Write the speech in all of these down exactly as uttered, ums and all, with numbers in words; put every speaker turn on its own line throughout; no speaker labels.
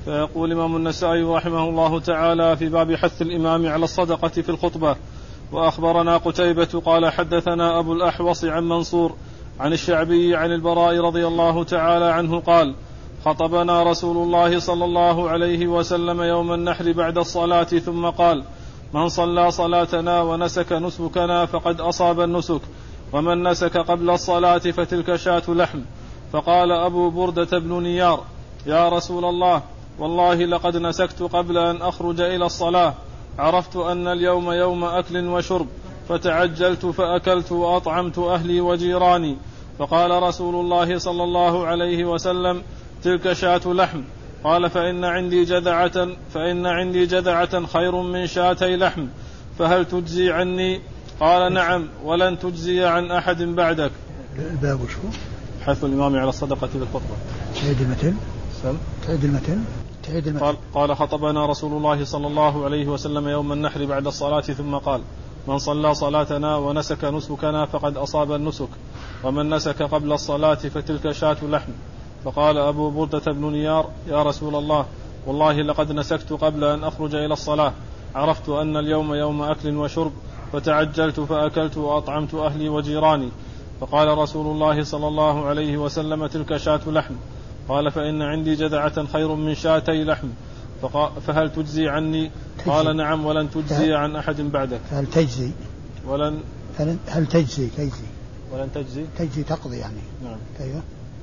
فيقول الإمام النسائي رحمه الله تعالى في باب حث الإمام على الصدقة في الخطبة. وأخبرنا قتيبة قال حدثنا أبو الأحوص عن منصور عن الشعبي عن البراء رضي الله تعالى عنه قال خطبنا رسول الله صلى الله عليه وسلم يوم النحر بعد الصلاة ثم قال من صلى صلاتنا ونسك نسكنا فقد أصاب النسك ومن نسك قبل الصلاة فتلك شاة لحم. فقال أبو بردة بن نيار يا رسول الله والله لقد نسكت قبل أن أخرج إلى الصلاة عرفت أن اليوم يوم أكل وشرب فتعجلت فأكلت وأطعمت أهلي وجيراني. فقال رسول الله صلى الله عليه وسلم تلك شاة لحم. قال فإن عندي جذعة فإن عندي جذعة خير من شاتي لحم فهل تجزي عني؟ قال نعم ولن تجزي عن أحد بعدك.
الباب شو؟
حث الإمام على الصدقة في الخطبة.
تعيد المتن؟
سم؟
تعيد المتن؟ تعيد المتن.
قال, قال خطبنا رسول الله صلى الله عليه وسلم يوم النحر بعد الصلاة ثم قال من صلى صلاتنا ونسك نسكنا فقد أصاب النسك ومن نسك قبل الصلاة فتلك شاة لحم. فقال أبو بردة بن نيار يا رسول الله والله لقد نسكت قبل أن أخرج إلى الصلاة عرفت أن اليوم يوم أكل وشرب فتعجلت فأكلت وأطعمت أهلي وجيراني. فقال رسول الله صلى الله عليه وسلم تلك شاة لحم. قال فإن عندي جذعة خير من شاتي لحم فهل تجزي عني؟ قال نعم ولن تجزي عن أحد بعدك.
هل تجزي
ولن
هل تجزي تجزي
ولن تجزي
تجزي تقضي يعني.
نعم.
أيوة.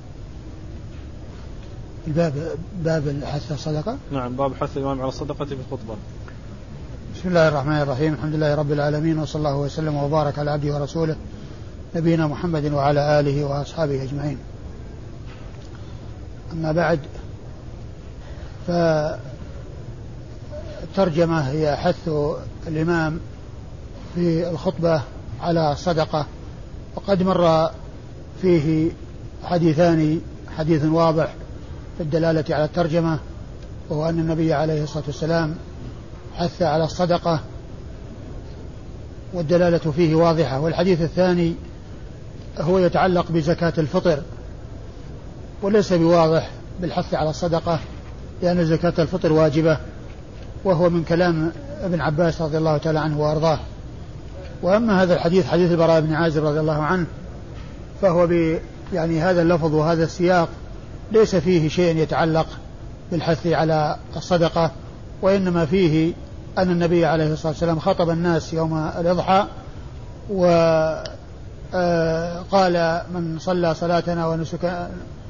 الباب باب حث الصدقة.
نعم باب حث الإمام على الصدقة في الخطبة.
بسم الله الرحمن الرحيم الحمد لله رب العالمين وصلى الله وسلم وبارك على عبده ورسوله نبينا محمد وعلى آله وأصحابه أجمعين. أما بعد فالترجمة هي حث الإمام في الخطبة على الصدقة. وقد مر فيه حديثان حديث واضح في الدلالة على الترجمة وهو أن النبي عليه الصلاة والسلام حث على الصدقة والدلالة فيه واضحة. والحديث الثاني هو يتعلق بزكاة الفطر وليس بواضح بالحث على الصدقة لأن زكاة الفطر واجبة وهو من كلام ابن عباس رضي الله تعالى عنه وأرضاه. وأما هذا الحديث حديث البراء بن عازب رضي الله عنه فهو ب يعني هذا اللفظ وهذا السياق ليس فيه شيء يتعلق بالحث على الصدقة وإنما فيه أن النبي عليه الصلاة والسلام خطب الناس يوم الإضحى وقال من صلى صلاتنا ونسك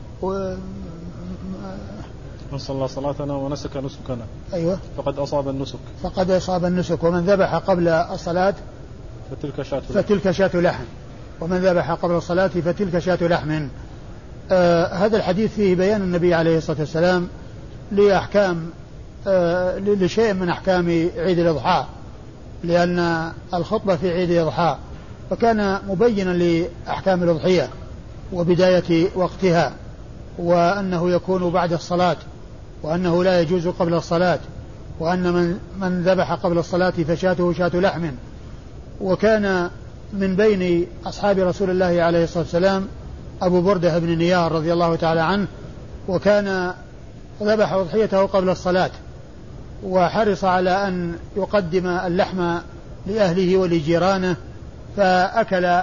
من صلى صلاتنا ونسك نسكنا
أيوة
فقد أصاب النسك
فقد أصاب النسك ومن ذبح قبل الصلاة
فتلك شاة
فتلك شاة لحم ومن ذبح قبل الصلاة فتلك شاة لحم. آه هذا الحديث فيه بيان النبي عليه الصلاة والسلام لأحكام آه لشيء من أحكام عيد الإضحى لأن الخطبة في عيد الإضحى فكان مبينا لأحكام الأضحية وبداية وقتها وأنه يكون بعد الصلاة وأنه لا يجوز قبل الصلاة وأن من, من ذبح قبل الصلاة فشاته شاة لحم. وكان من بين أصحاب رسول الله عليه الصلاة والسلام أبو بردة بن نيار رضي الله تعالى عنه وكان ذبح أضحيته قبل الصلاة وحرص على أن يقدم اللحم لأهله ولجيرانه فأكل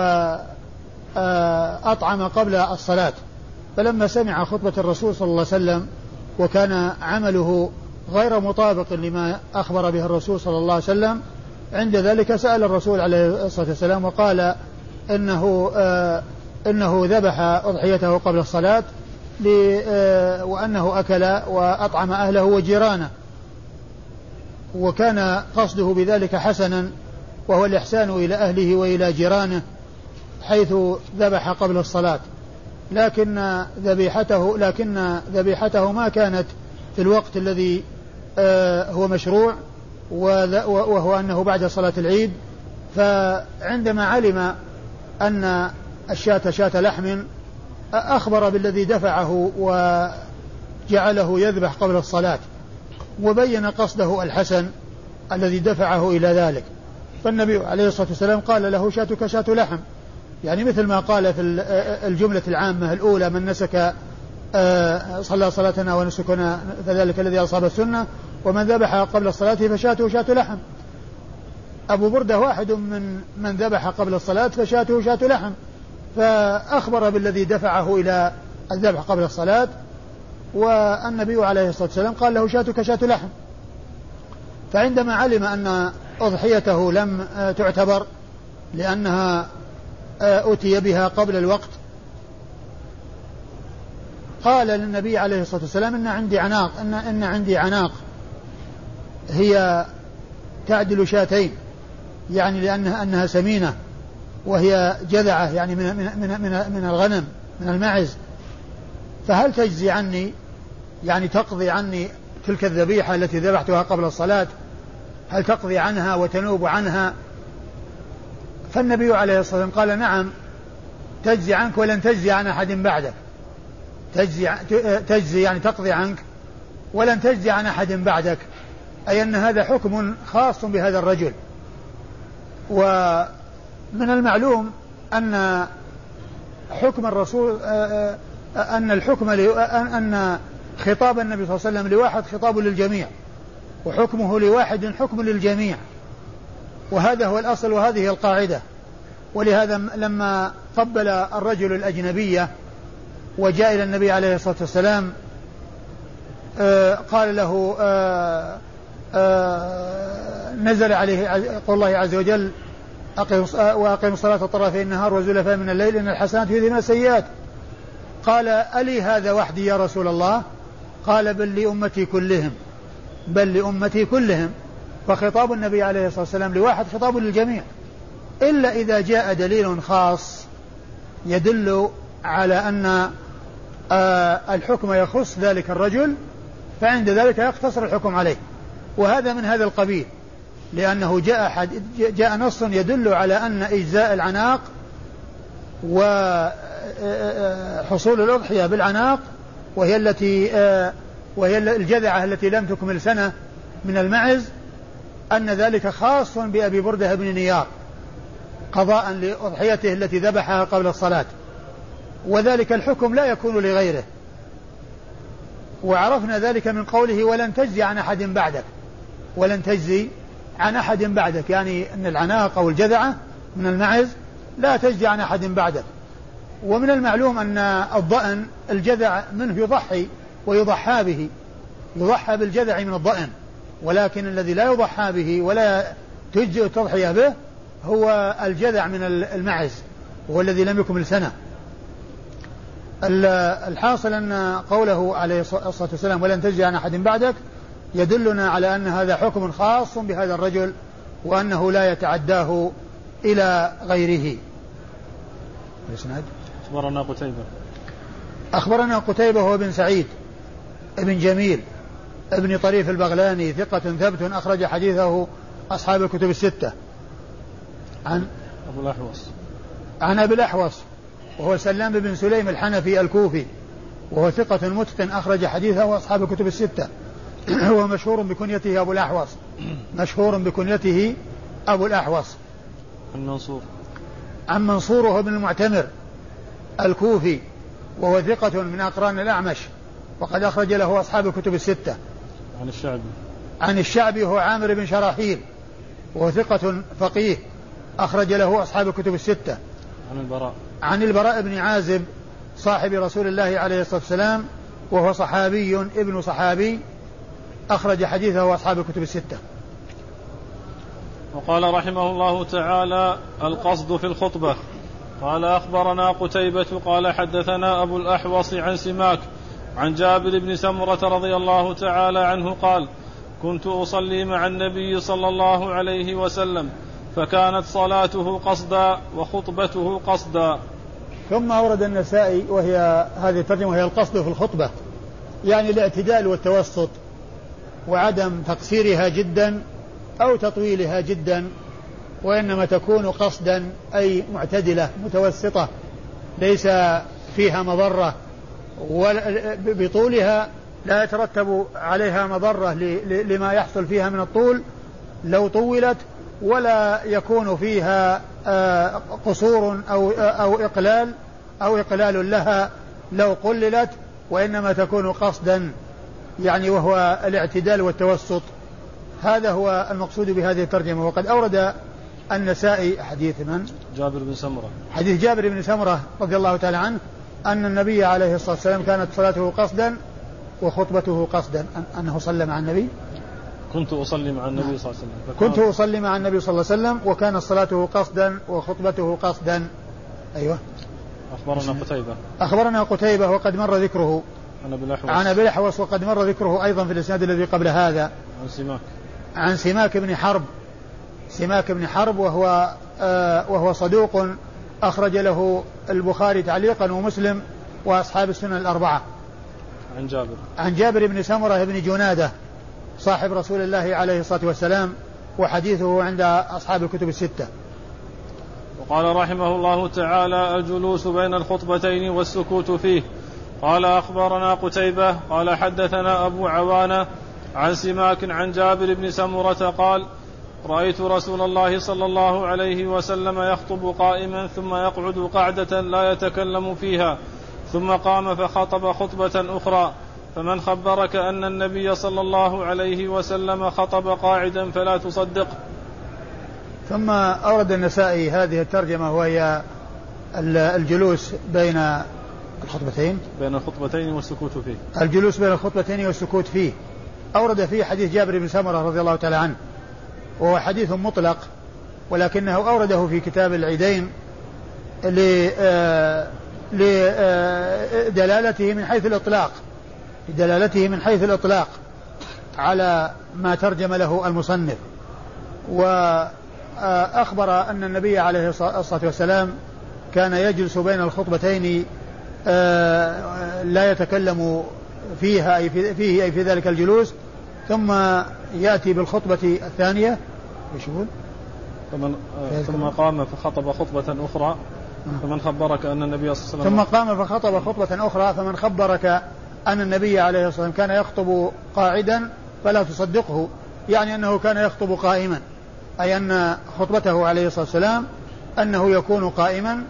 وأطعم قبل الصلاة. فلما سمع خطبة الرسول صلى الله عليه وسلم وكان عمله غير مطابق لما أخبر به الرسول صلى الله عليه وسلم عند ذلك سأل الرسول عليه الصلاة والسلام وقال إنه آه إنه ذبح أضحيته قبل الصلاة آه وأنه أكل وأطعم أهله وجيرانه وكان قصده بذلك حسنا وهو الإحسان إلى أهله وإلى جيرانه حيث ذبح قبل الصلاة لكن ذبيحته لكن ذبيحته ما كانت في الوقت الذي آه هو مشروع وهو أنه بعد صلاة العيد. فعندما علم أن الشاة شاة لحم أخبر بالذي دفعه وجعله يذبح قبل الصلاة وبين قصده الحسن الذي دفعه إلى ذلك. فالنبي عليه الصلاة والسلام قال له شاتك شاة لحم يعني مثل ما قال في الجملة العامة الأولى من نسك آه صلى صلاتنا ونسكنا فذلك الذي أصاب السنة، ومن ذبح قبل الصلاة فشاته شاة لحم. أبو بردة واحد من من ذبح قبل الصلاة فشاته شاة لحم، فأخبر بالذي دفعه إلى الذبح قبل الصلاة، والنبي عليه الصلاة والسلام قال له شاتك شاة لحم. فعندما علم أن أضحيته لم تعتبر لأنها أتي بها قبل الوقت، قال للنبي عليه الصلاة والسلام إن عندي عناق إن, إن عندي عناق هي تعدل شاتين، يعني لأنها أنها سمينة وهي جذعة يعني من, من, من, من, من الغنم من المعز، فهل تجزي عني يعني تقضي عني تلك الذبيحة التي ذبحتها قبل الصلاة، هل تقضي عنها وتنوب عنها؟ فالنبي عليه الصلاة والسلام قال نعم تجزي عنك ولن تجزي عن أحد بعدك، تجزي, تجزي يعني تقضي عنك ولن تجزي عن أحد بعدك، أي أن هذا حكم خاص بهذا الرجل. ومن المعلوم أن حكم الرسول أن الحكم أن خطاب النبي صلى الله عليه وسلم لواحد خطاب للجميع، وحكمه لواحد حكم للجميع، وهذا هو الأصل وهذه القاعدة. ولهذا لما قبل الرجل الأجنبية وجاء إلى النبي عليه الصلاة والسلام قال له نزل عليه قول الله عز وجل وأقم الصلاة طرفي النهار وزلفا من الليل إن الحسنات يذهبن السيئات، قال ألي هذا وحدي يا رسول الله؟ قال بل لأمتي كلهم بل لأمتي كلهم. فخطاب النبي عليه الصلاة والسلام لواحد خطاب للجميع، إلا إذا جاء دليل خاص يدل على أن الحكم يخص ذلك الرجل، فعند ذلك يقتصر الحكم عليه، وهذا من هذا القبيل، لأنه جاء, حد جاء نص يدل على أن إجزاء العناق وحصول الأضحية بالعناق وهي التي وهي الجذعة التي لم تكمل سنة من المعز، أن ذلك خاص بأبي بردة بن نيار قضاء لأضحيته التي ذبحها قبل الصلاة، وذلك الحكم لا يكون لغيره. وعرفنا ذلك من قوله ولن تجزي عن أحد بعدك، ولن تجزي عن أحد بعدك، يعني أن العناق أو الجذعة من المعز لا تجزي عن أحد بعدك. ومن المعلوم أن الضأن الجذع منه يضحي ويضحى به، يضحى بالجذع من الضأن، ولكن الذي لا يضحى به ولا تجزئ التضحية به هو الجذع من المعز، وهو الذي لم يكمل سنة. الحاصل أن قوله عليه الصلاة والسلام ولن تجزي عن أحد بعدك يدلنا على أن هذا حكم خاص بهذا الرجل، وأنه لا يتعداه إلى غيره.
أخبرنا قتيبة
أخبرنا قتيبة هو بن سعيد ابن جميل ابن طريف البغلاني ثقة ثبت أخرج حديثه أصحاب الكتب الستة. عن
أبو الأحوص
عن أبي الأحوص وهو سلام بن سليم الحنفي الكوفي، وهو ثقة متقن أخرج حديثه أصحاب الكتب الستة. هو مشهور بكنيته أبو الأحوص مشهور بكنيته أبو الأحوص.
عن منصور
عن منصور وهو ابن المعتمر الكوفي، وهو ثقة من أقران الأعمش، وقد أخرج له أصحاب الكتب الستة.
عن الشعبي
عن الشعبي هو عامر بن شراحيل، وهو ثقة فقيه أخرج له أصحاب الكتب الستة.
عن البراء
عن البراء بن عازب صاحب رسول الله عليه الصلاة والسلام، وهو صحابي ابن صحابي أخرج حديثه أصحاب الكتب الستة.
وقال رحمه الله تعالى القصد في الخطبة. قال أخبرنا قتيبة قال حدثنا أبو الأحوص عن سماك عن جابر بن سمرة رضي الله تعالى عنه قال كنت أصلي مع النبي صلى الله عليه وسلم فكانت صلاته قصدا وخطبته قصدا.
ثم أورد النسائي وهي هذه الترجمة وهي القصد في الخطبة، يعني الاعتدال والتوسط وعدم تقصيرها جدا أو تطويلها جدا، وإنما تكون قصدا أي معتدلة متوسطة ليس فيها مضرة، وبطولها لا يترتب عليها مضرة لما يحصل فيها من الطول لو طولت، ولا يكون فيها قصور أو أو إقلال أو إقلال لها لو قللت، وإنما تكون قصدا، يعني وهو الاعتدال والتوسط. هذا هو المقصود بهذه الترجمة. وقد أورد النسائي حديث من؟
جابر بن سمرة،
حديث جابر بن سمرة رضي الله تعالى عنه أن النبي عليه الصلاة والسلام كانت صلاته قصدا وخطبته قصدا، أنه صلى مع النبي.
كنت أصلي مع النبي صلى الله عليه وسلم
كنت أصلي مع النبي صلى الله عليه وسلم وكان صلاته قصدا وخطبته قصدا. أيوة.
أخبرنا قتيبة
أخبرنا قتيبة وقد مر ذكره عن أبي الأحوص وقد مر ذكره أيضا في الإسناد الذي قبل هذا
عن سماك
عن سماك بن حرب سماك بن حرب وهو آه وهو صدوق أخرج له البخاري تعليقا ومسلم وأصحاب السنن الأربعة.
عن جابر
عن جابر بن سمرة بن جنادة صاحب رسول الله عليه الصلاة والسلام وحديثه عند أصحاب الكتب الستة.
وقال رحمه الله تعالى: الجلوس بين الخطبتين والسكوت فيه. قال أخبرنا قتيبة قال حدثنا أبو عوانة عن سماك عن جابر بن سمرة قال: رأيت رسول الله صلى الله عليه وسلم يخطب قائما ثم يقعد قعدة لا يتكلم فيها، ثم قام فخطب خطبة أخرى، فمن خبرك أن النبي صلى الله عليه وسلم خطب قاعدا فلا تصدق.
ثم أورد النسائي هذه الترجمة وهي الجلوس بين الخطبتين
بين الخطبتين والسكوت فيه.
الجلوس بين الخطبتين والسكوت فيه. أورد فيه حديث جابر بن سمرة رضي الله تعالى عنه، وهو حديث مطلق ولكنه أورده في كتاب العيدين لدلالته من حيث الإطلاق دلالته من حيث الإطلاق على ما ترجم له المصنف. وأخبر أن النبي عليه الصلاة والسلام كان يجلس بين الخطبتين لا يتكلم فيها أي فيه أي في ذلك الجلوس، ثم يأتي بالخطبة الثانية يقول
ثم قام فخطب خطبة أخرى فمن خبرك أن النبي صلى الله عليه وسلم
ثم قام فخطب خطبة أخرى فمن خبرك أن النبي عليه الصلاة والسلام كان يخطب قاعدا فلا تصدقه، يعني أنه كان يخطب قائما، أي أن خطبته عليه الصلاة والسلام أنه يكون قائما.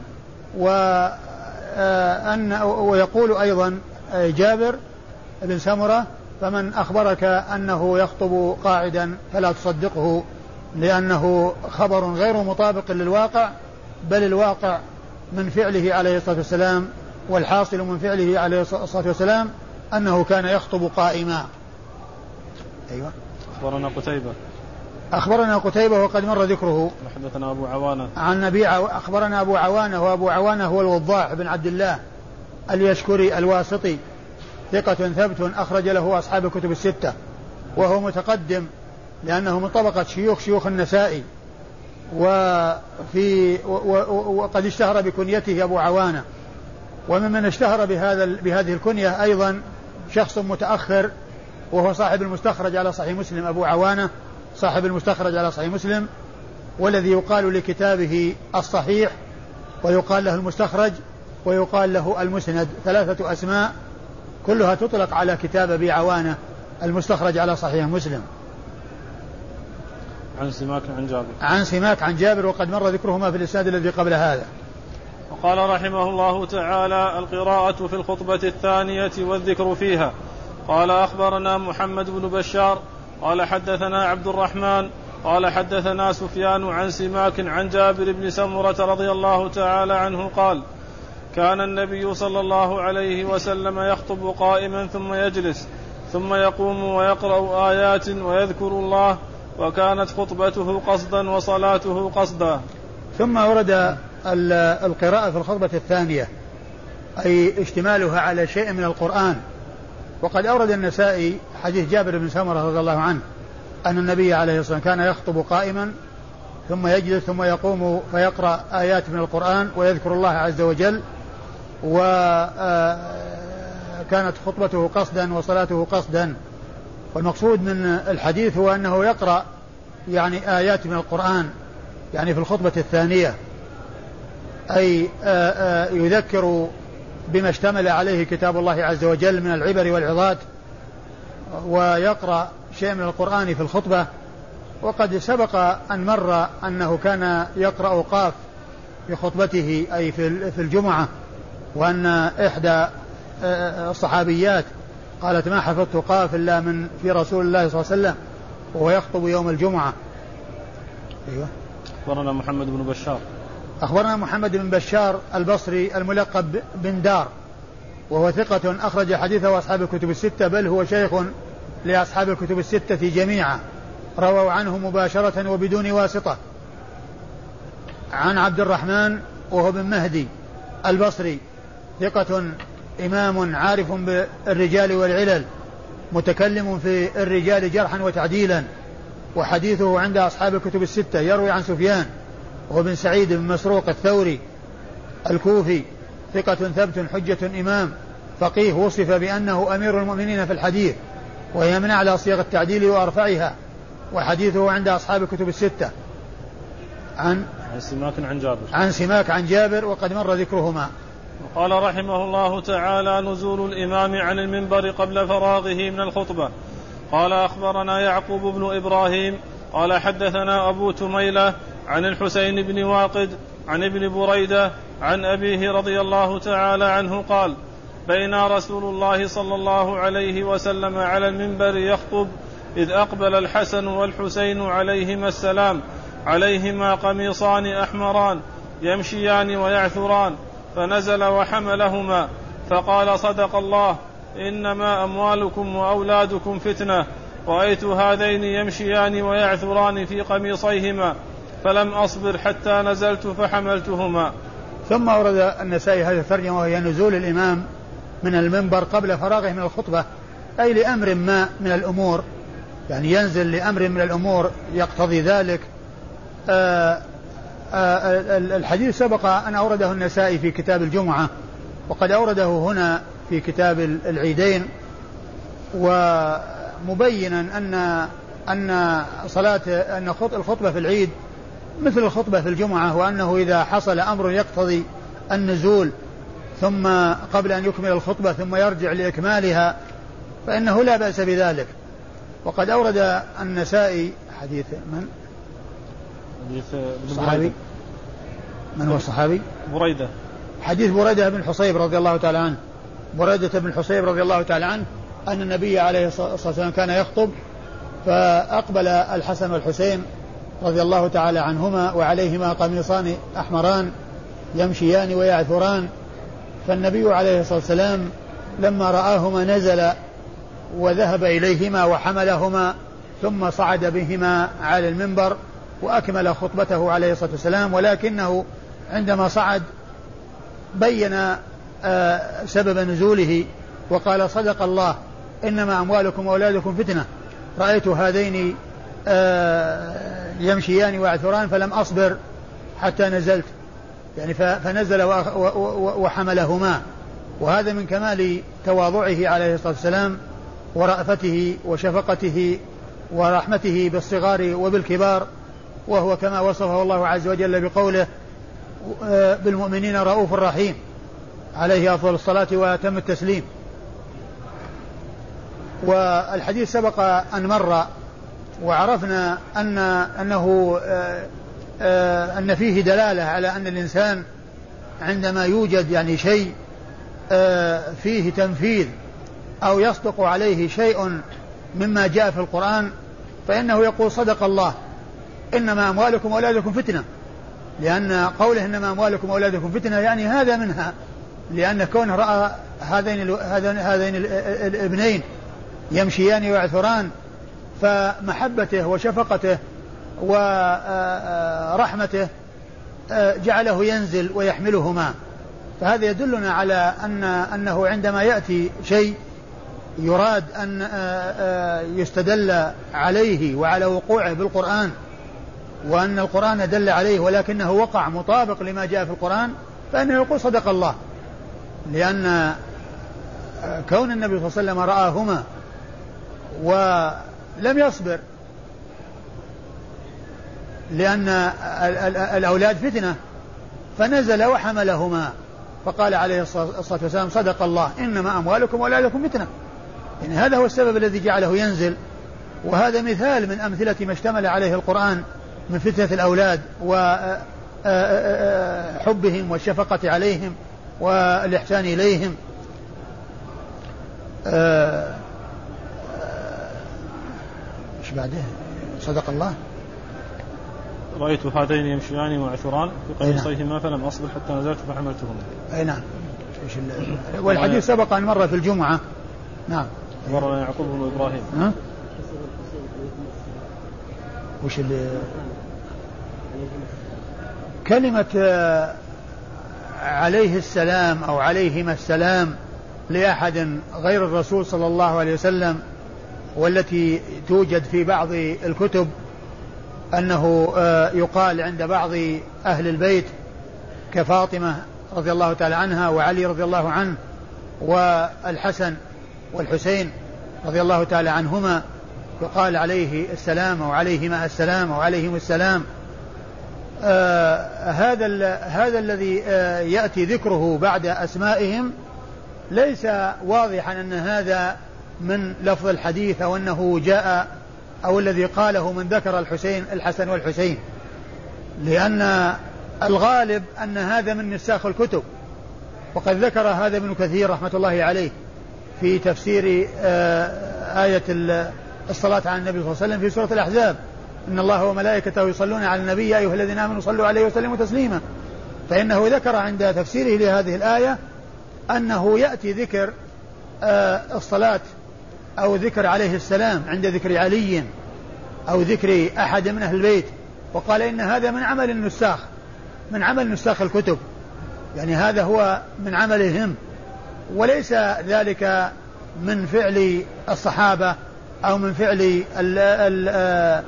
وأن ويقول أيضا جابر بن سمرة: فمن أخبرك أنه يخطب قاعدا فلا تصدقه، لأنه خبر غير مطابق للواقع، بل الواقع من فعله عليه الصلاة والسلام والحاصل من فعله عليه الصلاة والسلام أنه كان يخطب قائما. أيوة.
أخبرنا قتيبة
أخبرنا قتيبة وقد مر ذكره.
حدثنا أبو عوانة
عن نبي عو... أخبرنا أبو عوانة، وأبو عوانة هو الوضاح بن عبد الله اليشكري الواسطي ثقة ثبت أخرج له أصحاب الكتب الستة، وهو متقدم لأنه من طبقة شيوخ شيوخ النسائي، وفي وقد اشتهر بكنيته أبو عوانة. وممن اشتهر بهذا بهذه الكنية أيضا شخص متأخر وهو صاحب المستخرج على صحيح مسلم، أبو عوانة صاحب المستخرج على صحيح مسلم، والذي يقال لكتابه الصحيح ويقال له المستخرج ويقال له المسند، ثلاثة أسماء كلها تطلق على كتاب أبي عوانة المستخرج على صحيح مسلم.
عن سماك عن جابر
عن سماك عن جابر وقد مر ذكرهما في الإسناد الذي قبل هذا.
وقال رحمه الله تعالى: القراءة في الخطبة الثانية والذكر فيها. قال أخبرنا محمد بن بشار قال حدثنا عبد الرحمن قال حدثنا سفيان عن سماك عن جابر بن سمرة رضي الله تعالى عنه قال: كان النبي صلى الله عليه وسلم يخطب قائما ثم يجلس ثم يقوم ويقرأ آيات ويذكر الله، وكانت خطبته قصدا وصلاته قصدا.
ثم ورد القراءة في الخطبة الثانية أي اشتمالها على شيء من القرآن. وقد أورد النسائي حديث جابر بن سمرة رضي الله عنه أن النبي عليه الصلاة والسلام كان يخطب قائما ثم يجلس ثم يقوم فيقرأ آيات من القرآن ويذكر الله عز وجل، وكانت خطبته قصدا وصلاته قصدا. والمقصود من الحديث هو أنه يقرأ يعني آيات من القرآن يعني في الخطبة الثانية، أي يذكر بما اشتمل عليه كتاب الله عز وجل من العبر والعظات، ويقرأ شيء من القرآن في الخطبة. وقد سبق أن مر أنه كان يقرأ قاف في خطبته أي في الجمعة، وأن إحدى الصحابيات قالت ما حفظت قاف إلا من في رسول الله صلى الله عليه وسلم وهو يخطب يوم الجمعة. أيوة.
أخبرنا محمد بن بشار
أخبرنا محمد بن بشار البصري الملقب بن دار وهو ثقة أخرج حديثه أصحاب الكتب الستة بل هو شيخ لأصحاب الكتب الستة جميعا رووا عنه مباشرة وبدون واسطة. عن عبد الرحمن وهو بن مهدي البصري ثقة إمام عارف بالرجال والعلل متكلم في الرجال جرحا وتعديلا وحديثه عند أصحاب الكتب الستة يروي عن سفيان وهو بن سعيد بن مسروق الثوري الكوفي ثقة ثبت حجة إمام فقيه وصف بأنه أمير المؤمنين في الحديث ويمنع على صيغ التعديل وأرفعها وحديثه عند أصحاب الكتب الستة. عن
عن سماك عن جابر
عن سماك عن جابر وقد مر ذكرهما.
قال رحمه الله تعالى نزول الإمام عن المنبر قبل فراغه من الخطبة. قال أخبرنا يعقوب بن إبراهيم قال حدثنا أبو تميلة عن الحسين بن واقد عن ابن بريدة عن أبيه رضي الله تعالى عنه قال بينا رسول الله صلى الله عليه وسلم على المنبر يخطب إذ أقبل الحسن والحسين عليهما السلام عليهما قميصان أحمران يمشيان ويعثران فنزل وحملهما فقال صدق الله إنما أموالكم وأولادكم فتنة رأيت هذين يمشيان ويعثران في قميصيهما فلم أصبر حتى نزلت فحملتهما.
ثم أورد النسائي هذه الترجمة وهي نزول الإمام من المنبر قبل فراغه من الخطبة أي لأمر ما من الأمور يعني ينزل لأمر من الأمور يقتضي ذلك. آآ آآ الحديث سبق أن أورده النسائي في كتاب الجمعة وقد أورده هنا في كتاب العيدين ومبينا أن أن صلاة أن الخطبة في العيد مثل الخطبة في الجمعة وأنه إذا حصل أمر يقتضي النزول ثم قبل أن يكمل الخطبة ثم يرجع لإكمالها فإنه لا بأس بذلك. وقد أورد النسائي حديث من؟
حديث
الصحابي من هو الصحابي؟
بريدة
حديث بريدة بن حصيب رضي الله تعالى عنه بريدة بن حصيب رضي الله تعالى عنه أن النبي عليه الصلاة والسلام كان يخطب فأقبل الحسن والحسين رضي الله تعالى عنهما وعليهما قميصان أحمران يمشيان ويعثران فالنبي عليه الصلاة والسلام لما رآهما نزل وذهب إليهما وحملهما ثم صعد بهما على المنبر وأكمل خطبته عليه الصلاة والسلام ولكنه عندما صعد بين آه سبب نزوله وقال صدق الله إنما أموالكم وأولادكم فتنة رأيت هذين آه يمشيان ويعثران فلم أصبر حتى نزلت يعني فنزل وحملهما وهذا من كمال تواضعه عليه الصلاة والسلام ورأفته وشفقته ورحمته بالصغار وبالكبار وهو كما وصفه الله عز وجل بقوله بالمؤمنين رؤوف رحيم عليه أفضل الصلاة وأتم التسليم. والحديث سبق أن مر وعرفنا أن أنه أن فيه دلالة على أن الإنسان عندما يوجد يعني شيء فيه تنفيذ أو يصدق عليه شيء مما جاء في القرآن فإنه يقول صدق الله إنما أموالكم وأولادكم فتنة لأن قوله إنما أموالكم وأولادكم فتنة يعني هذا منها لأن كونه رأى هذين هذين الابنين يمشيان ويعثران فمحبته وشفقته ورحمته جعله ينزل ويحملهما فهذا يدلنا على أن أنه عندما يأتي شيء يراد أن يستدل عليه وعلى وقوعه بالقرآن وأن القرآن دل عليه ولكنه وقع مطابق لما جاء في القرآن فإنه يقول صدق الله لأن كون النبي صلى الله عليه وسلم رآهما ولم يصبر لأن الأولاد فتنة فنزل وحملهما فقال عليه الصلاة والسلام صدق الله إنما أموالكم وأولادكم فتنة يعني هذا هو السبب الذي جعله ينزل وهذا مثال من أمثلة ما اشتمل عليه القرآن من فتنة الأولاد وحبهم والشفقة عليهم والإحسان إليهم آه ايش بعده؟ صدق الله.
رأيت هذين يمشيان ويعثران في قميصيهما فلم أصبر حتى نزلت فحملتهما.
أي نعم. والحديث سبق أن مر في الجمعة. نعم.
أخبرنا يعقوب بن إبراهيم.
ها؟ وش اللي كلمة عليه السلام أو عليهما السلام لأحد غير الرسول صلى الله عليه وسلم، والتي توجد في بعض الكتب أنه يقال عند بعض أهل البيت كفاطمة رضي الله تعالى عنها وعلي رضي الله عنه والحسن والحسين رضي الله تعالى عنهما، يقال عليه السلام أو عليهما السلام أو عليهم السلام. آه هذا هذا الذي آه يأتي ذكره بعد أسمائهم ليس واضحا أن هذا من لفظ الحديث أو أنه جاء أو الذي قاله من ذكر الحسين الحسن والحسين، لأن الغالب أن هذا من نساخ الكتب، وقد ذكر هذا ابن كثير رحمة الله عليه في تفسير آه آية الصلاة على النبي صلى الله عليه وسلم في سورة الأحزاب: إن الله وملائكته يصلون على النبي يا أيها الذين آمنوا صلوا عليه وسلموا تسليما. فإنه ذكر عند تفسيره لهذه الآية أنه يأتي ذكر آه الصلاة أو ذكر عليه السلام عند ذكر علي أو ذكر أحد من أهل البيت، وقال إن هذا من عمل النساخ، من عمل نساخ الكتب، يعني هذا هو من عملهم، وليس ذلك من فعل الصحابة أو من فعل ال ال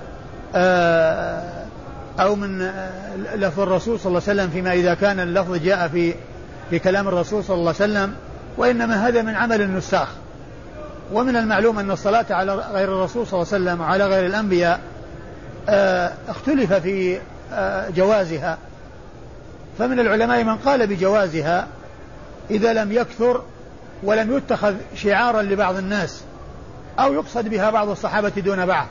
أو من لفظ الرسول صلى الله عليه وسلم فيما إذا كان اللفظ جاء في في كلام الرسول صلى الله عليه وسلم، وإنما هذا من عمل النساخ. ومن المعلوم أن الصلاة على غير الرسول صلى الله عليه وسلم وعلى غير الأنبياء اختلف في جوازها، فمن العلماء من قال بجوازها إذا لم يكثر ولم يتخذ شعارا لبعض الناس أو يقصد بها بعض الصحابة دون بعض،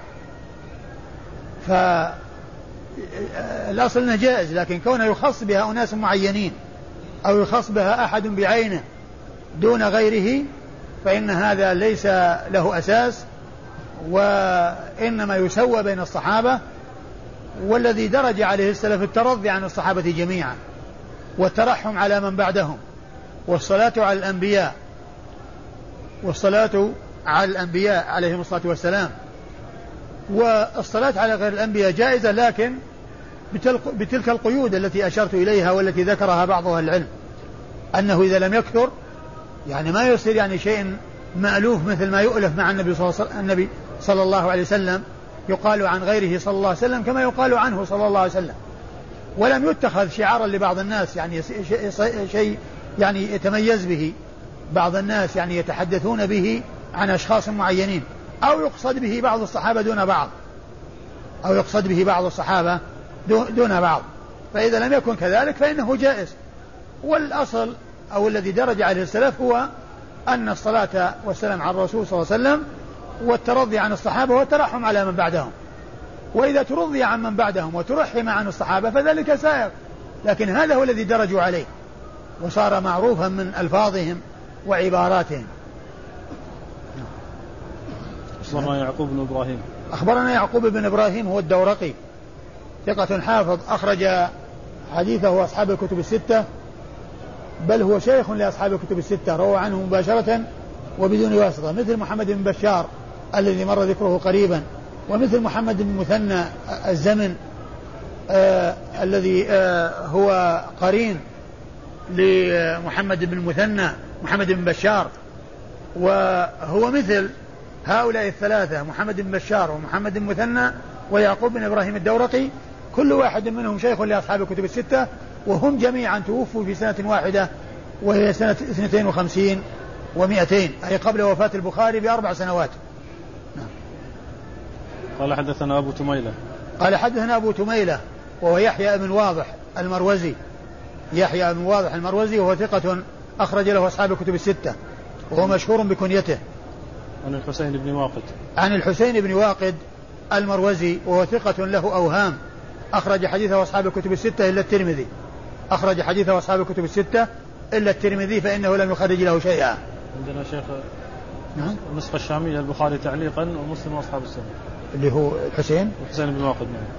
فالأصل أنه جائز، لكن كونه يخص بها أناس معينين أو يخص بها أحد بعينه دون غيره فإن هذا ليس له أساس، وإنما يسوى بين الصحابة. والذي درج عليه السلف الترضي عن الصحابة جميعا والترحم على من بعدهم والصلاة على الأنبياء والصلاة على الأنبياء عليهم الصلاة والسلام. والصلاة على غير الأنبياء جائزة، لكن بتلك القيود التي أشرت إليها والتي ذكرها بعض أهل العلم، أنه إذا لم يكثر يعني ما يصير يعني شيء مألوف مثل ما يؤلف مع النبي صلى الله, النبي صلى الله عليه وسلم، يقال عن غيره صلى الله عليه وسلم كما يقال عنه صلى الله عليه وسلم، ولم يتخذ شعارا لبعض الناس يعني شيء يعني يتميز به بعض الناس يعني يتحدثون به عن أشخاص معينين، أو يقصد به بعض الصحابة دون بعض أو يقصد به بعض الصحابة دون بعض. فإذا لم يكن كذلك فإنه جائز. والأصل أو الذي درج عليه السلف هو أن الصلاة والسلام على الرسول صلى الله عليه وسلم والترضي عن الصحابة والترحم على من بعدهم، وإذا ترضي عن من بعدهم وترحم عن الصحابة فذلك سائر، لكن هذا هو الذي درجوا عليه وصار معروفا من ألفاظهم وعباراتهم.
أخبرنا يعقوب بن إبراهيم
أخبرنا يعقوب بن إبراهيم هو الدورقي ثقة حافظ، أخرج حديثه أصحاب الكتب الستة، بل هو شيخ لأصحاب الكتب الستة، روى عنه مباشرة وبدون واسطة، مثل محمد بن بشار الذي مر ذكره قريبا، ومثل محمد بن مثنى الزمن آه الذي آه هو قرين لمحمد بن مثنى محمد بن بشار، وهو مثل هؤلاء الثلاثة محمد بن بشار ومحمد بن مثنى ويعقوب بن إبراهيم الدورقي، كل واحد منهم شيخ لأصحاب الكتب الستة، وهم جميعا توفوا في سنة واحدة وهي سنة اثنتين وخمسين ومئتين، أي قبل وفاة البخاري بأربع سنوات. نعم.
قال حدثنا أبو تميلة
قال حدثنا أبو تميلة وهو يحيى بن واضح المروزي، يحيى بن واضح المروزي وهو ثقة أخرج له أصحاب الكتب الستة، وهو مشهور بكنيته.
عن الحسين بن واقد
عن الحسين بن واقد المروزي وهو ثقة له أوهام، أخرج حديثه أصحاب الكتب الستة إلا الترمذي، أخرج حديثه أصحاب الكتب الستة إلا الترمذي فإنه لم يخرج له شيئا.
عندنا شيخ
نعم.
النسخة الشامية البخاري تعليقا ومسلم وأصحاب السنة
اللي هو الحسين
الحسين بن واقد. نعم.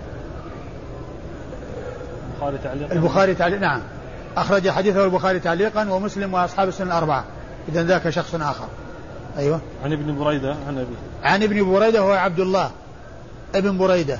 البخاري تعليقا
البخاري تعليقا نعم أخرج حديثه البخاري تعليقا ومسلم وأصحاب السنة الأربعة. إذن ذاك شخص آخر. أيوة.
عن ابن بريدة عن أبي
عن ابن بريدة هو عبد الله ابن بريدة،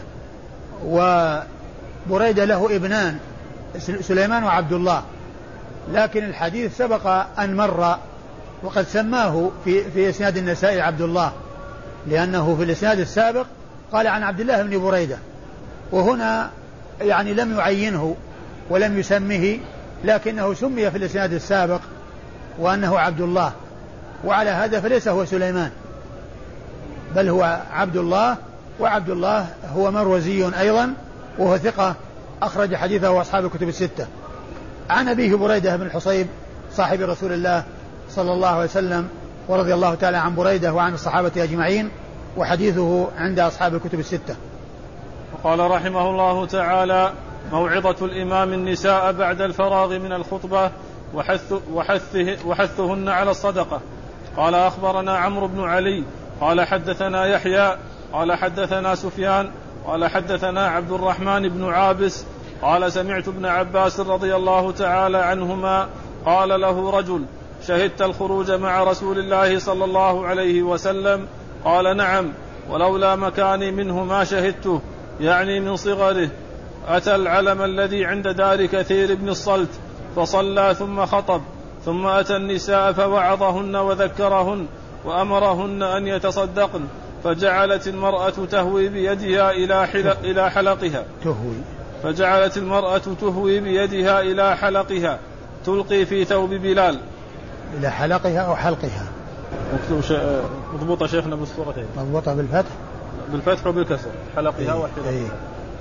وبريدة له ابنان سليمان وعبد الله، لكن الحديث سبق أن مر وقد سماه في في إسناد النسائي عبد الله، لأنه في الإسناد السابق قال عن عبد الله بن بريدة، وهنا يعني لم يعينه ولم يسمه، لكنه سمي في الإسناد السابق وأنه عبد الله، وعلى هذا فليس هو سليمان بل هو عبد الله، وعبد الله هو مروزي أيضا وهو ثقة أخرج حديثه وأصحاب الكتب الستة. عن أبيه بريدة بن الحصيب صاحب رسول الله صلى الله عليه وسلم ورضي الله تعالى عن بريدة وعن الصحابة أجمعين، وحديثه عند أصحاب الكتب الستة.
وقال رحمه الله تعالى: موعظة الإمام النساء بعد الفراغ من الخطبة وحث وحثه وحثهن على الصدقة. قال أخبرنا عمرو بن علي قال حدثنا يحيى قال حدثنا سفيان قال حدثنا عبد الرحمن بن عابس قال سمعت ابن عباس رضي الله تعالى عنهما قال له رجل: شهدت الخروج مع رسول الله صلى الله عليه وسلم؟ قال: نعم، ولولا مكاني منه ما شهدته، يعني من صغره. أتى العلم الذي عند دار كثير بن الصلت فصلى ثم خطب، ثم أتى النساء فوعظهن وذكرهن وأمرهن أن يتصدقن، فجعلت المرأة تهوي بيدها إلى, حلق إلى حلقها
تهوي
فجعلت المرأة تهوي بيدها إلى حلقها تلقي في ثوب بلال.
إلى حلقها أو حلقها؟
مضبوطة شيخنا بالصورتين.
مضبوطة بالفتح
بالفتح وبالكسر، حلقها وحلقها.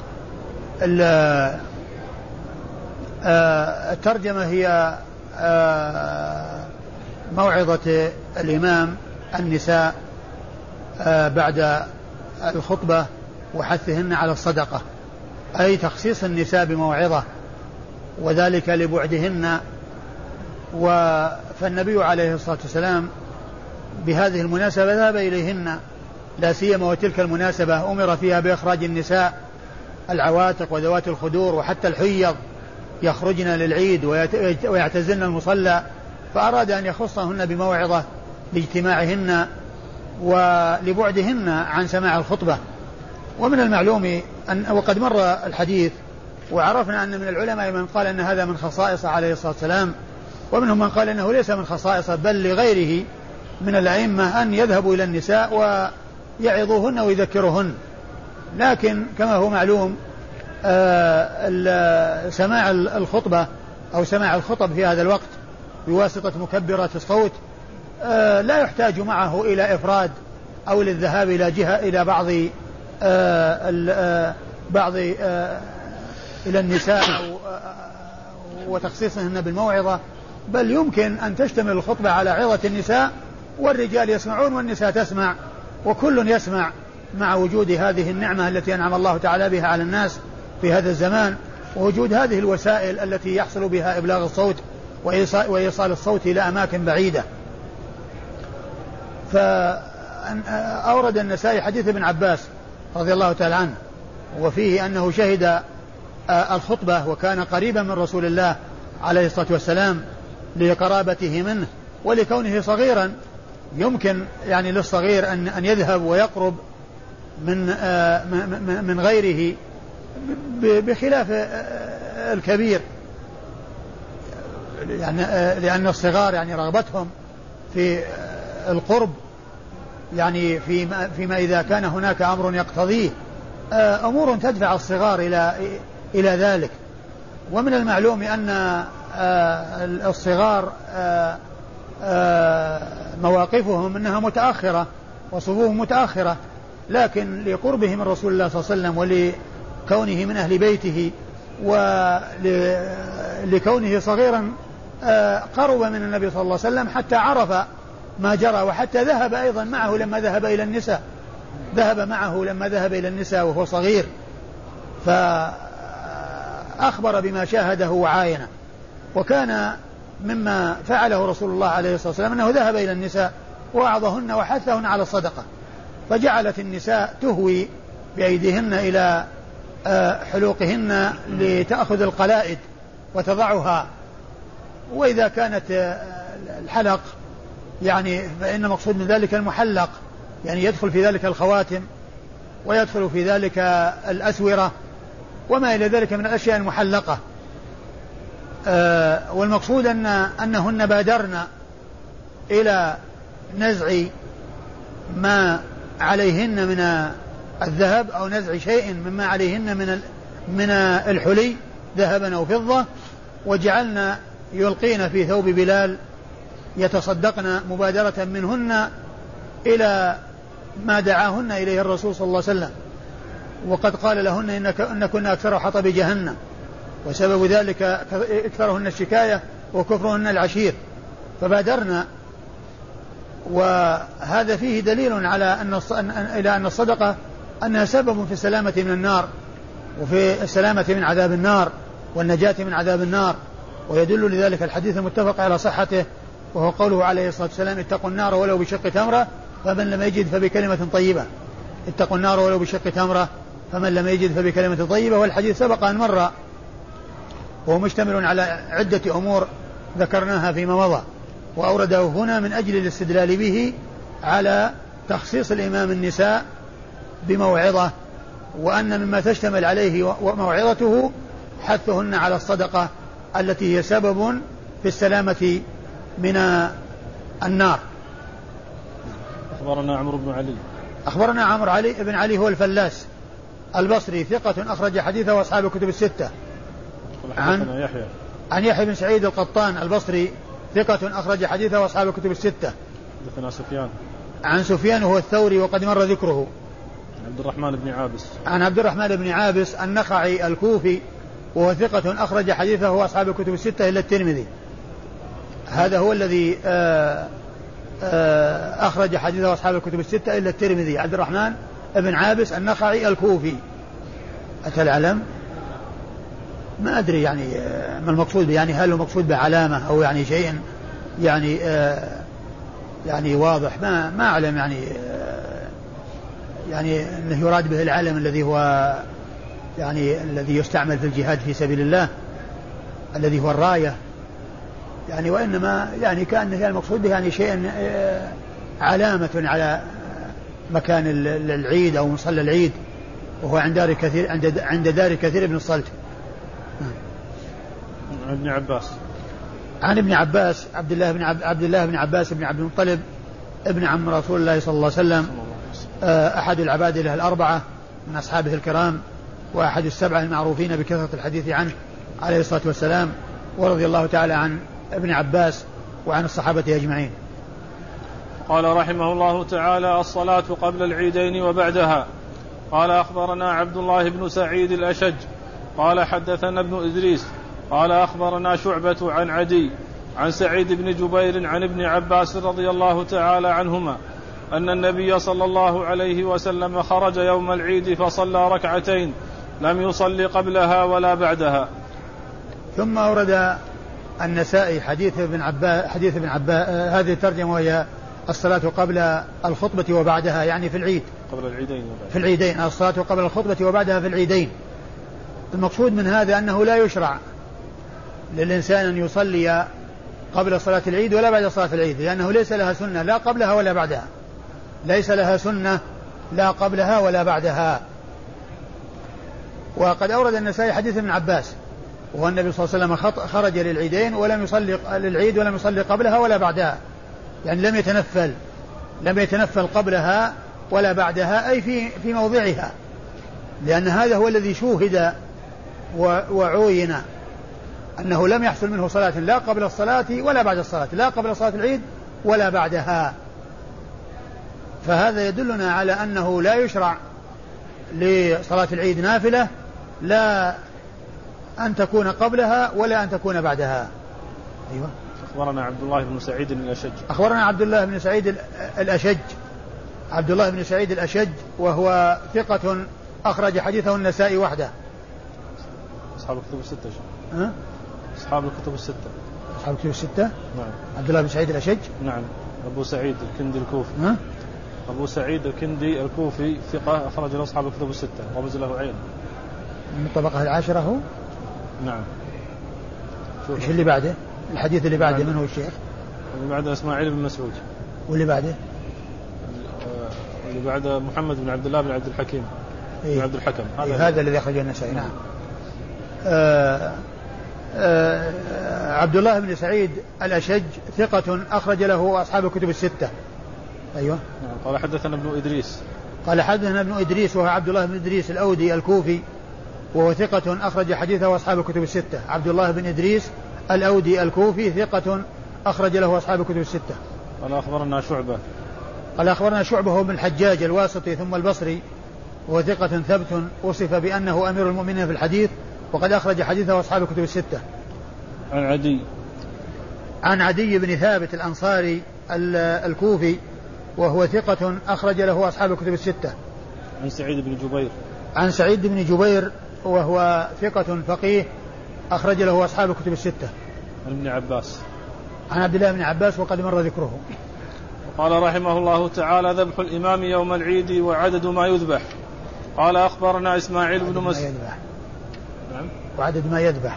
الترجمة هي موعظة الإمام النساء بعد الخطبة وحثهن على الصدقة، أي تخصيص النساء بموعظة، وذلك لبعدهن. فالنبي عليه الصلاة والسلام بهذه المناسبة ذهب إليهن، لا سيما وتلك المناسبة أمر فيها بإخراج النساء العواتق وذوات الخدور وحتى الحيض يخرجن للعيد ويعتزلن المصلى، فأراد أن يخصهن بموعظة لاجتماعهن ولبعدهن عن سماع الخطبة. ومن المعلوم أن وقد مر الحديث وعرفنا أن من العلماء من قال أن هذا من خصائص عليه الصلاة والسلام، ومنهم من قال أنه ليس من خصائص بل لغيره من الأئمة أن يذهبوا إلى النساء ويعظوهن ويذكرهن. لكن كما هو معلوم آه سماع الخطبة أو سماع الخطب في هذا الوقت بواسطة مكبرات الصوت آه لا يحتاج معه إلى إفراد أو للذهاب إلى جهة إلى بعض آه آه بعض آه إلى النساء أو آه وتخصيصهن بالموعظة، بل يمكن أن تشتمل الخطبة على عظة النساء، والرجال يسمعون والنساء تسمع، وكل يسمع مع وجود هذه النعمة التي أنعم الله تعالى بها على الناس في هذا الزمان، ووجود هذه الوسائل التي يحصل بها إبلاغ الصوت وإيصال الصوت إلى أماكن بعيدة. فأورد النسائي حديث ابن عباس رضي الله تعالى عنه، وفيه أنه شهد الخطبة وكان قريبا من رسول الله عليه الصلاة والسلام لقرابته منه ولكونه صغيرا، يمكن يعني للصغير أن أن يذهب ويقرب من من غيره بخلاف الكبير، يعني لأن الصغار يعني رغبتهم في القرب يعني فيما, فيما إذا كان هناك أمر يقتضيه أمور تدفع الصغار إلى إلى ذلك. ومن المعلوم أن الصغار مواقفهم أنها متأخرة وصفوفهم متأخرة، لكن لقربه من رسول الله صلى الله عليه وسلم ولكونه من أهل بيته ولكونه صغيرا قرب من النبي صلى الله عليه وسلم حتى عرف ما جرى، وحتى ذهب أيضا معه لما ذهب إلى النساء ذهب معه لما ذهب إلى النساء وهو صغير، فأخبر بما شاهده وعاينه. وكان مما فعله رسول الله عليه الصلاة والسلام أنه ذهب إلى النساء ووعظهن وحثهن على الصدقة، فجعلت النساء تهوي بأيديهن إلى حلوقهن لتأخذ القلائد وتضعها، وإذا كانت الحلق يعني فإن مقصود من ذلك المحلق، يعني يدخل في ذلك الخواتم ويدخل في ذلك الأسورة وما إلى ذلك من الأشياء المحلقة. آه والمقصود أن أنهن بادرن إلى نزع ما عليهن من الذهب أو نزع شيء مما عليهن من من الحلي ذهبا أو فضة، وجعلن يلقين في ثوب بلال يتصدقن مبادرة منهن إلى ما دعاهن إليه الرسول صلى الله عليه وسلم، وقد قال لهن إنك إن كنا أكثر حطب جهنم، وسبب ذلك اكثرهن الشكاية وكفرهن العشير، فبادرنا. وهذا فيه دليل على أن إلى أن الصدقة أنها سبب في السلامة من النار وفي السلامة من عذاب النار والنجاة من عذاب النار، ويدل لذلك الحديث المتفق على صحته، وهو قوله عليه الصلاة والسلام اتقوا النار ولو بشق تمرة فمن لم يجد فبكلمة طيبة. اتقوا النار ولو بشق تمرة فمن لم يجد فبكلمة طيبة. والحديث سبق أن مر وهو مشتمل على عدة أمور ذكرناها فيما مضى، وأورده هنا من أجل الاستدلال به على تخصيص الإمام النساء بموعظة، وأن مما تشتمل عليه موعظته حثهن على الصدقة التي هي سبب في السلامة من النار.
أخبرنا عمرو بن علي
أخبرنا عمرو علي بن علي هو الفلاس البصري ثقة أخرج حديثه وأصحاب الكتب الستة.
عن يحيى
عن يحيى بن سعيد القطان البصري ثقة أخرج حديثه وأصحاب الكتب الستة.
حدثنا سفيان
عن سفيان هو الثوري وقد مر ذكره.
عبد الرحمن بن عابس
عن عبد الرحمن بن عابس النخعي الكوفي وهو ثقة أخرج حديثه وأصحاب الكتب الستة إلا الترمذي. هذا هو الذي آآ آآ أخرج حديثه أصحاب الكتب الستة إلا الترمذي، عبد الرحمن بن عابس النخعي الكوفي. أتى العلم ما أدري يعني ما المقصود، يعني هل المقصود بعلامة أو يعني شيء يعني يعني واضح، ما ما أعلم يعني يعني أنه يراد به العلم الذي هو يعني الذي يستعمل في الجهاد في سبيل الله الذي هو الراية يعني، وإنما يعني كأنه المقصود به يعني شيء علامة على مكان العيد أو مصلى العيد، وهو عند دار كثير عند عند دار كثير بن الصلت.
عن ابن عباس
عن ابن عباس عبد الله بن عبد, عبد الله بن عباس بن عبد المطلب ابن عم رسول الله صلى الله عليه وسلم، أحد العبادلة الأربعة من أصحابه الكرام، وأحد السبعة المعروفين بكثرة الحديث عنه عليه الصلاة والسلام، ورضي الله تعالى عن ابن عباس وعن الصحابة أجمعين.
قال رحمه الله تعالى: الصلاة قبل العيدين وبعدها. قال أخبرنا عبد الله بن سعيد الأشج قال حدثنا ابن إدريس قال أخبرنا شعبة عن عدي عن سعيد بن جبير عن ابن عباس رضي الله تعالى عنهما أن النبي صلى الله عليه وسلم خرج يوم العيد فصلى ركعتين لم يصلي قبلها ولا بعدها.
ثم أورد النسائي حديث ابن عباس حديث ابن عباس هذه الترجمة وهي الصلاة قبل الخطبة وبعدها، يعني في العيد
قبل العيدين
في العيدين الصلاة قبل الخطبة وبعدها في العيدين. المقصود من هذا أنه لا يشرع للإنسان أن يصلي قبل صلاة العيد ولا بعد صلاة العيد، لأنه ليس لها سنة لا قبلها ولا بعدها، ليس لها سنة لا قبلها ولا بعدها. وقد أورد النسائي حديث ابن عباس وهو النبي صلى الله عليه وسلم خرج للعيدين ولم يصلي للعيد ولم يصلي قبلها ولا بعدها، يعني لم يتنفل لم يتنفل قبلها ولا بعدها، أي في في موضعها، لأن هذا هو الذي شوهد وعوين أنه لم يحصل منه صلاة لا قبل الصلاة ولا بعد الصلاة، لا قبل صلاة العيد ولا بعدها. فهذا يدلنا على أنه لا يشرع لصلاة العيد نافلة لا أن تكون قبلها ولا أن تكون بعدها. أيوة.
أخبرنا عبد الله بن سعيد الأشج
أخبرنا عبد الله بن سعيد الأشج عبد الله بن سعيد الأشج وهو ثقة أخرج حديثه النسائي وحده.
أصحاب الكتب الستة.
أه؟
أصحاب الكتب الستة.
أصحاب الكتب الستة.
نعم.
عبد الله بن سعيد الأشج.
نعم. أبو سعيد الكندي الكوفي.
ها؟
أبو سعيد الكندي الكوفي ثقة أخرج له أصحاب الكتب الستة رمز له عين.
من الطبقة العاشرة هو؟
نعم.
إيش اللي بعده؟ الحديث اللي بعده من هو الشيخ؟
اللي بعده إسماعيل بن مسعود.
واللي بعده؟
اللي بعده محمد بن عبد الله بن عبد الحكيم.
إيه؟
بن عبد الحكم.
هذا, إيه هذا الذي أخرجه النسائي. نعم. آه آه عبد الله بن سعيد الأشج ثقة أخرج له أصحاب الكتب الستة. أيوة.
نعم. قال حدثنا ابن إدريس.
قال حدثنا ابن إدريس وهو عبد الله بن إدريس الأودي الكوفي وهو ثقة أخرج حديثه أصحاب الكتب الستة. عبد الله بن إدريس الأودي الكوفي ثقة أخرج له أصحاب الكتب الستة.
قال أخبرنا شعبة.
قال أخبرنا شعبة هو بن الحجاج الواسطي ثم البصري وهو ثقة ثبت وصف بأنه أمير المؤمنين في الحديث وقد أخرج حديثه أصحاب الكتب الستة.
عن عدي.
عن عدي بن ثابت الأنصاري الكوفي وهو ثقة أخرج له أصحاب الكتب الستة.
عن سعيد بن جبير.
عن سعيد بن جبير وهو ثقة فقيه أخرج له أصحاب الكتب الستة.
عن ابن عباس.
عن عبد الله بن عباس وقد مر ذكره.
قال رحمه الله تعالى ذبح الإمام يوم العيد وعدد ما يذبح. قال أخبرنا إسماعيل بن مسعود.
نعم. وعدد ما يذبح.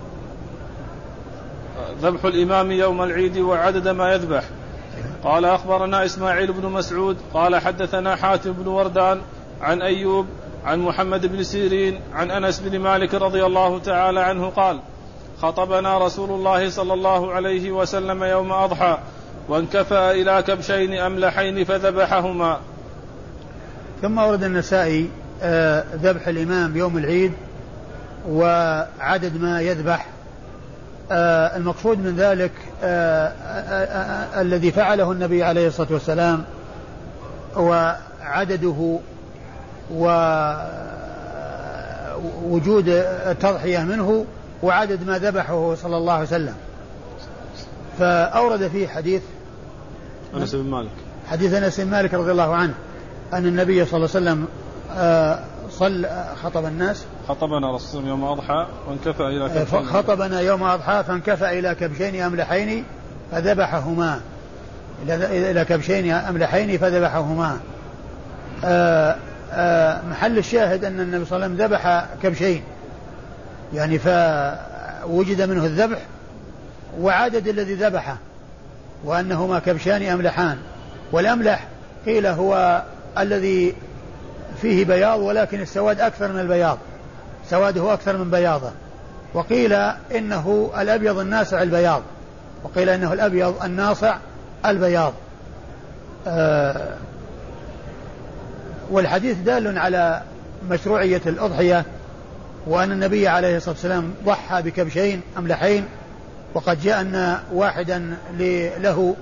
ذبح الإمام يوم العيد وعدد ما يذبح. قال أخبرنا إسماعيل بن مسعود قال حدثنا حاتم بن وردان عن أيوب عن محمد بن سيرين عن أنس بن مالك رضي الله تعالى عنه قال خطبنا رسول الله صلى الله عليه وسلم يوم أضحى وانكفأ إلى كبشين أملحين فذبحهما.
ثم ورد النسائي آه ذبح الإمام يوم العيد وعدد ما يذبح. آه المقصود من ذلك آه آه آه الذي فعله النبي عليه الصلاة والسلام وعدده ووجود التضحية منه وعدد ما ذبحه صلى الله عليه وسلم. فأورد فيه حديث
أنس بن مالك
حديث أنس بن مالك رضي الله عنه أن النبي صلى الله عليه وسلم صلى خطب الناس
خطبنا رسول يوم أضحى وانكفأ إلى كبشين
خطبنا يوم أضحى فانكفأ إلى كبشين أملحين فذبحهما إلى كبشين أملحين فذبحهما. آآ آآ محل الشاهد أن النبي صلى الله عليه وسلم ذبح كبشين يعني فوجد منه الذبح وعدد الذي ذبحه وأنهما كبشان أملحان. والأملح قيل هو الذي فيه بياض ولكن السواد أكثر من البياض سواده أكثر من بياضه. وقيل إنه الأبيض الناصع البياض وقيل إنه الأبيض الناصع البياض. آه والحديث دال على مشروعية الأضحية وأن النبي عليه الصلاة والسلام ضحى بكبشين أملحين وقد جاء أن واحدا له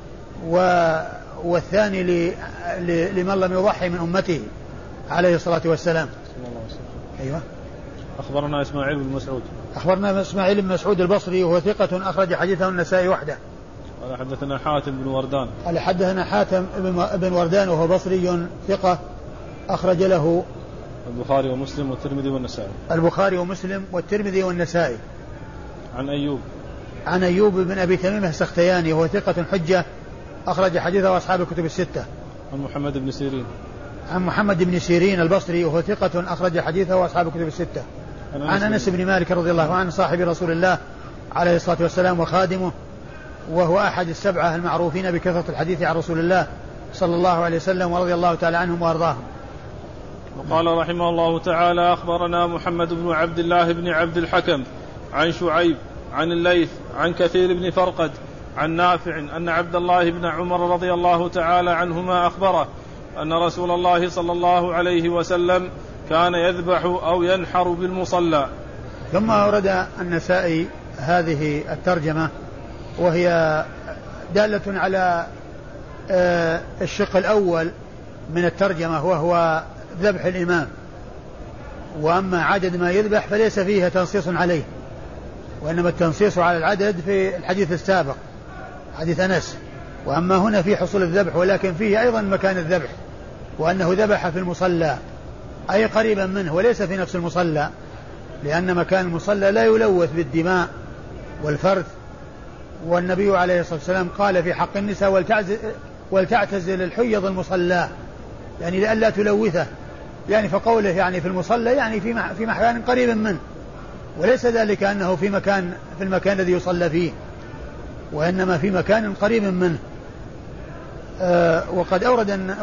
والثاني لمن لم يضحي من أمته عليه الصلاة والسلام. أيوة.
أخبرنا إسماعيل بن مسعود
أخبرنا إسماعيل بن مسعود البصري وهو ثقة أخرج حديثه النسائي وحده.
قال حدثنا حاتم بن وردان
قال حدثنا حاتم بن وردان وهو بصري ثقة أخرج له
البخاري ومسلم والترمذي والنسائي.
البخاري ومسلم والترمذي والنسائي.
عن أيوب
عن أيوب بن أبي تميم السختياني وهو ثقة حجة أخرج حديثه أصحاب الكتب الستة.
عن محمد بن سيرين
عن محمد بن سيرين البصري وهو ثقة أخرج حديثه أصحاب الكتب الستة. عن أنس بن مالك رضي الله عنه صاحب رسول الله عليه الصلاة والسلام وخادمه وهو أحد السبعة المعروفين بكثرة الحديث عن رسول الله صلى الله عليه وسلم ورضي الله تعالى عنهم وأرضاهم.
وقال رحمه الله تعالى أخبرنا محمد بن عبد الله بن عبد الحكم عن شعيب عن الليث عن كثير بن فرقد عن نافع أن عبد الله بن عمر رضي الله تعالى عنهما أخبره أن رسول الله صلى الله عليه وسلم كان يذبح أو ينحر بالمصلى.
ثم أورد النسائي هذه الترجمة وهي دالة على الشق الأول من الترجمة وهو ذبح الإمام. وأما عدد ما يذبح فليس فيها تنصيص عليه وإنما التنصيص على العدد في الحديث السابق حديث أنس. وأما هنا في حصول الذبح ولكن فيه أيضا مكان الذبح وأنه ذبح في المصلى أي قريبا منه وليس في نفس المصلى لأن مكان المصلى لا يلوث بالدماء والفرث والنبي عليه الصلاة والسلام قال في حق النساء ولتعزل, ولتعتزل الحيض المصلى، يعني لئلا تلوثه، يعني فقوله يعني في المصلى يعني في في مكان قريب منه، وليس ذلك أنه في مكان في المكان الذي يصلى فيه، وإنما في مكان قريب منه. آه وقد أورد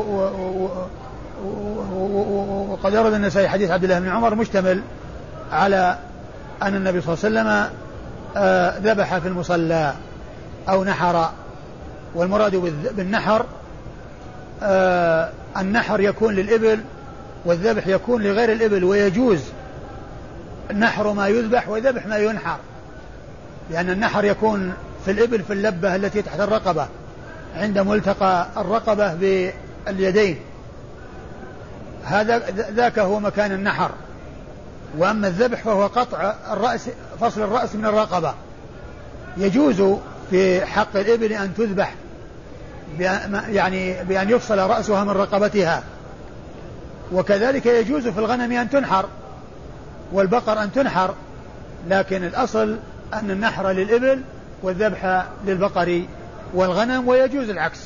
وقد أورد النسائي حديث عبد الله بن عمر مشتمل على أن النبي صلى الله عليه وسلم آه ذبح في المصلى أو نحر، والمراد بالنحر آه النحر يكون للإبل والذبح يكون لغير الإبل، ويجوز نحر ما يذبح وذبح ما ينحر، لأن النحر يكون في الإبل في اللبة التي تحت الرقبة عند ملتقى الرقبة باليدين، هذا ذاك هو مكان النحر. وأما الذبح فهو قطع الرأس، فصل الرأس من الرقبة. يجوز في حق الإبل أن تذبح يعني بأن يفصل رأسها من رقبتها، وكذلك يجوز في الغنم أن تنحر والبقر أن تنحر، لكن الأصل أن النحر للإبل والذبح للبقر والغنم، ويجوز العكس.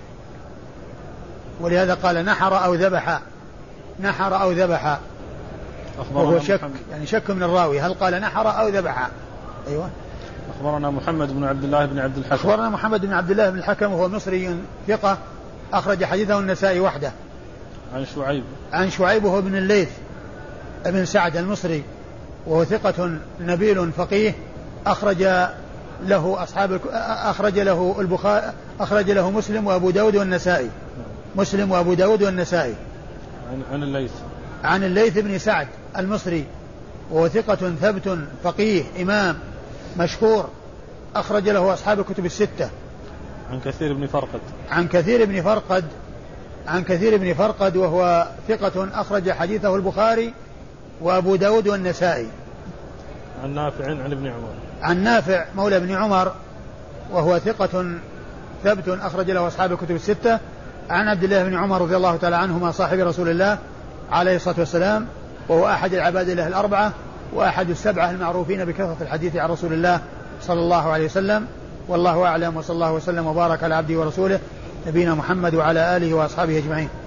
ولهذا قال نحر أو ذبح، نحر أو ذبح، وهو شك محمد. يعني شك من الراوي هل قال نحر أو ذبح. أيوة.
أخبرنا محمد بن عبد الله بن عبد الحكم.
أخبرنا محمد بن عبد الله بن الحكم وهو مصري ثقة أخرج حديثه النسائي وحده.
عن شعيب.
عن شعيب وهو ابن الليث ابن سعد المصري، وهو ثقة نبيل فقيه أخرج له أصحاب أخرج له البخاري أخرج له مسلم وأبو داود والنسائي. مسلم وأبو داود والنسائي.
عن عن الليث.
عن الليث بن سعد المصري، وهو ثقة ثبت فقيه إمام مشهور أخرج له أصحاب الكتب الستة.
عن كثير بن فرقد.
عن كثير بن فرقد عن كثير بن فرقد وهو ثقة أخرج حديثه البخاري وأبو داود والنسائي.
عن نافع عن ابن عمر.
عن نافع مولى ابن عمر وهو ثقة ثبت أخرج له أصحاب الكتب الستة. عن عبد الله بن عمر رضي الله تعالى عنهما صاحب رسول الله عليه الصلاة والسلام، وهو أحد العباد الله الأربعة وأحد السبعة المعروفين بكثرة الحديث عن رسول الله صلى الله عليه وسلم. والله أعلم، وصلى الله وسلم وبارك على عبده ورسوله نبينا محمد وعلى آله وأصحابه أجمعين.